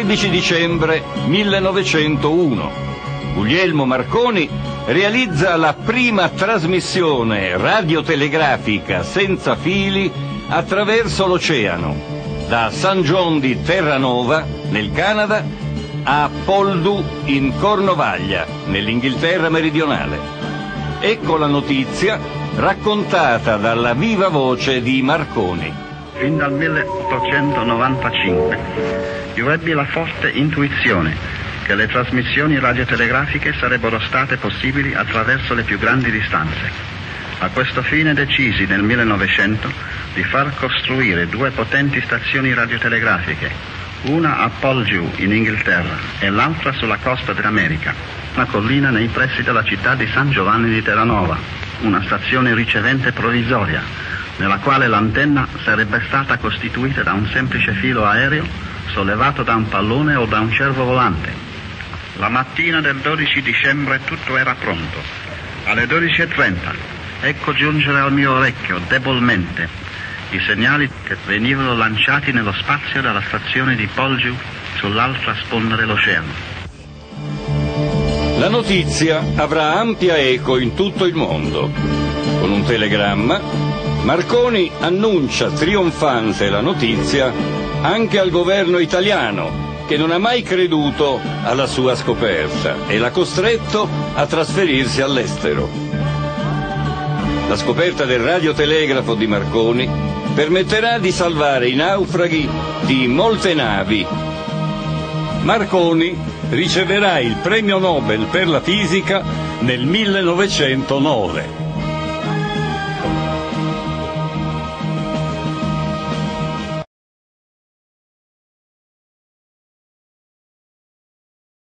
15 dicembre 1901. Guglielmo Marconi realizza la prima trasmissione radiotelegrafica senza fili attraverso l'oceano, da St. John di Terranova, nel Canada, a Poldhu in Cornovaglia, nell'Inghilterra meridionale. Ecco la notizia raccontata dalla viva voce di Marconi. Fin dal 1895 io ebbi la forte intuizione che le trasmissioni radiotelegrafiche sarebbero state possibili attraverso le più grandi distanze. A questo fine decisi nel 1900 di far costruire due potenti stazioni radiotelegrafiche, una a Poldhu in Inghilterra e l'altra sulla costa dell'America, una collina nei pressi della città di San Giovanni di Terranova, una stazione ricevente provvisoria, nella quale l'antenna sarebbe stata costituita da un semplice filo aereo sollevato da un pallone o da un cervo volante. La mattina del 12 dicembre tutto era pronto. Alle 12:30 ecco giungere al mio orecchio, debolmente, i segnali che venivano lanciati nello spazio dalla stazione di Poldhu sull'altra sponda dell'oceano. La notizia avrà ampia eco in tutto il mondo. Con un telegramma, Marconi annuncia trionfante la notizia anche al governo italiano, che non ha mai creduto alla sua scoperta e l'ha costretto a trasferirsi all'estero. La scoperta del radiotelegrafo di Marconi permetterà di salvare i naufraghi di molte navi. Marconi riceverà il premio Nobel per la fisica nel 1909.